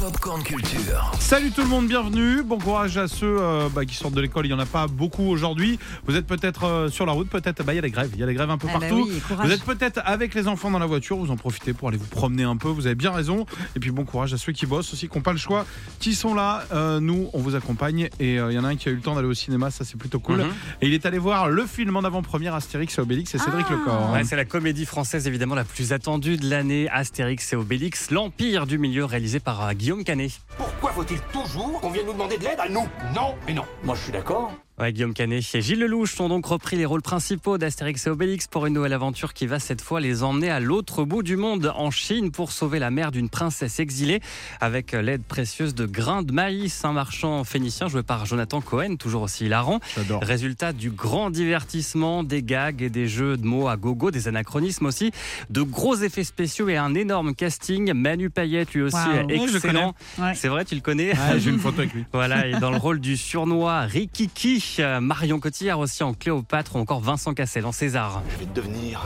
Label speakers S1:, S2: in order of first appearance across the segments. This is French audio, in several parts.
S1: Popcorn Culture.
S2: Salut tout le monde, bienvenue. Bon courage à ceux qui sortent de l'école. Il n'y en a pas beaucoup aujourd'hui. Vous êtes peut-être sur la route, peut-être il y a des grèves. Il y a des grèves un peu partout.
S3: Oui,
S2: vous êtes peut-être avec les enfants dans la voiture. Vous en profitez pour aller vous promener un peu. Vous avez bien raison. Et puis bon courage à ceux qui bossent aussi, qui n'ont pas le choix, qui sont là. Nous, on vous accompagne. Et il y en a un qui a eu le temps d'aller au cinéma. Ça, c'est plutôt cool. Et il est allé voir le film en avant-première Astérix et Obélix. C'est Cédric Lecor.
S4: Ouais, c'est la comédie française évidemment la plus attendue de l'année. Astérix et Obélix, l'Empire du Milieu, réalisé par Guillaume Canet.
S5: Pourquoi faut-il toujours qu'on vienne nous demander de l'aide à nous? Non, mais non. Moi, je suis d'accord.
S4: Ouais, Guillaume Canet et Gilles Lelouch ont donc repris les rôles principaux d'Astérix et Obélix pour une nouvelle aventure qui va cette fois les emmener à l'autre bout du monde, en Chine, pour sauver la mère d'une princesse exilée avec l'aide précieuse de grains de maïs, un marchand phénicien joué par Jonathan Cohen, toujours aussi hilarant.
S2: J'adore.
S4: Résultat du grand divertissement, des gags et des jeux de mots à gogo, des anachronismes aussi, de gros effets spéciaux et un énorme casting. Manu Payette, lui aussi, excellent.
S3: Ouais.
S4: C'est vrai, tu le connais?
S2: Ouais, j'ai une photo avec lui.
S4: Voilà, et dans le rôle du sournois Rikiki, Marion Cotillard aussi en Cléopâtre, ou encore Vincent Cassel en César.
S5: Je vais devenir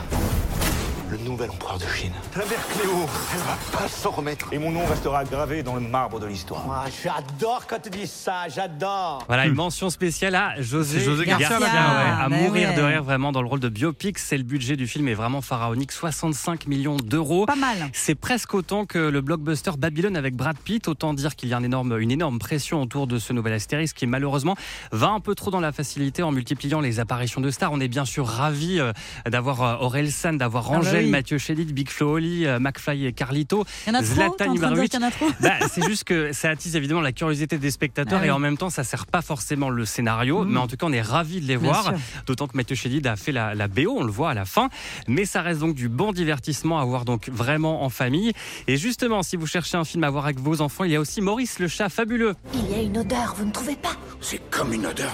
S5: le nouvel empereur de Chine. La mère Cléo, elle va pas s'en remettre. Et mon nom restera gravé dans le marbre de l'histoire.
S6: Ah, j'adore quand tu dis ça, j'adore.
S4: Voilà, une mention spéciale à José
S2: Garcia,
S4: ouais, à
S3: bah
S4: mourir
S3: ouais.
S4: de rire vraiment dans le rôle de biopic. C'est le budget du film est vraiment pharaonique, 65 millions d'euros.
S3: Pas mal.
S4: C'est presque autant que le blockbuster Babylone avec Brad Pitt. Autant dire qu'il y a une énorme pression autour de ce nouvel Astérix qui malheureusement va un peu trop dans la facilité en multipliant les apparitions de stars. On est bien sûr ravis d'avoir Aurel San, d'avoir Angèle,
S3: oui.
S4: Mathieu Chédid, Big Flo Oli, McFly et Carlito.
S3: Il y en a trop,
S4: Zlatan
S3: t'es en train de dire
S4: Ibrahimovic.
S3: qu'il y en a trop.
S4: C'est juste que ça attise évidemment la curiosité des spectateurs
S3: Ah oui.
S4: et en même temps ça sert pas forcément le scénario, mais en tout cas on est ravis de les voir,
S3: sûr.
S4: d'autant que Mathieu Chédid a fait la BO, on le voit à la fin, mais ça reste donc du bon divertissement à voir donc vraiment en famille. Et justement, si vous cherchez un film à voir avec vos enfants, il y a aussi Maurice le chat fabuleux.
S7: Il y a une odeur, vous ne trouvez pas?
S5: C'est comme une odeur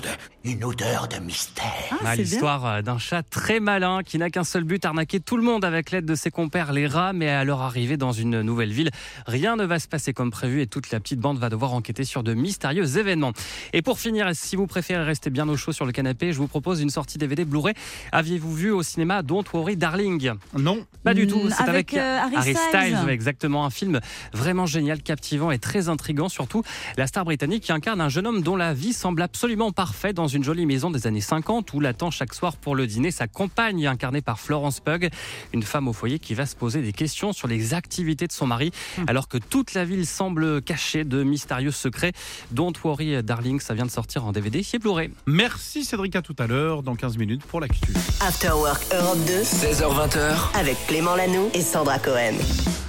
S5: de mystère.
S3: C'est
S4: L'histoire d'un chat très malin qui n'a qu'un seul but, arnaquer tout le monde avec l'aide de ses compères les rats, mais à leur arrivée dans une nouvelle ville, rien ne va se passer comme prévu et toute la petite bande va devoir enquêter sur de mystérieux événements. Et pour finir, si vous préférez rester bien au chaud sur le canapé, je vous propose une sortie DVD Blu-ray. Aviez-vous vu au cinéma Don't Worry Darling?
S2: Non.
S4: Pas du tout, c'est avec
S3: Harry
S4: Styles.
S3: Styles.
S4: Ouais, exactement, un film vraiment génial, captivant et très intriguant, surtout la star britannique qui incarne un jeune homme dont la vie semble absolument parfaite dans une jolie maison des années 50 où l'attend chaque soir pour le dîner sa compagne incarnée par Florence Pugh, une femme au foyer qui va se poser des questions sur les activités de son mari alors que toute la ville semble cachée de mystérieux secrets. Don't Worry Darling, ça vient de sortir en DVD chez Blu-ray.
S2: Merci Cédric, à tout à l'heure, dans 15 minutes pour l'actu.
S7: After Work Europe 2
S1: 16h-20h.
S7: avec Clément Lanoux et Sandra Cohen.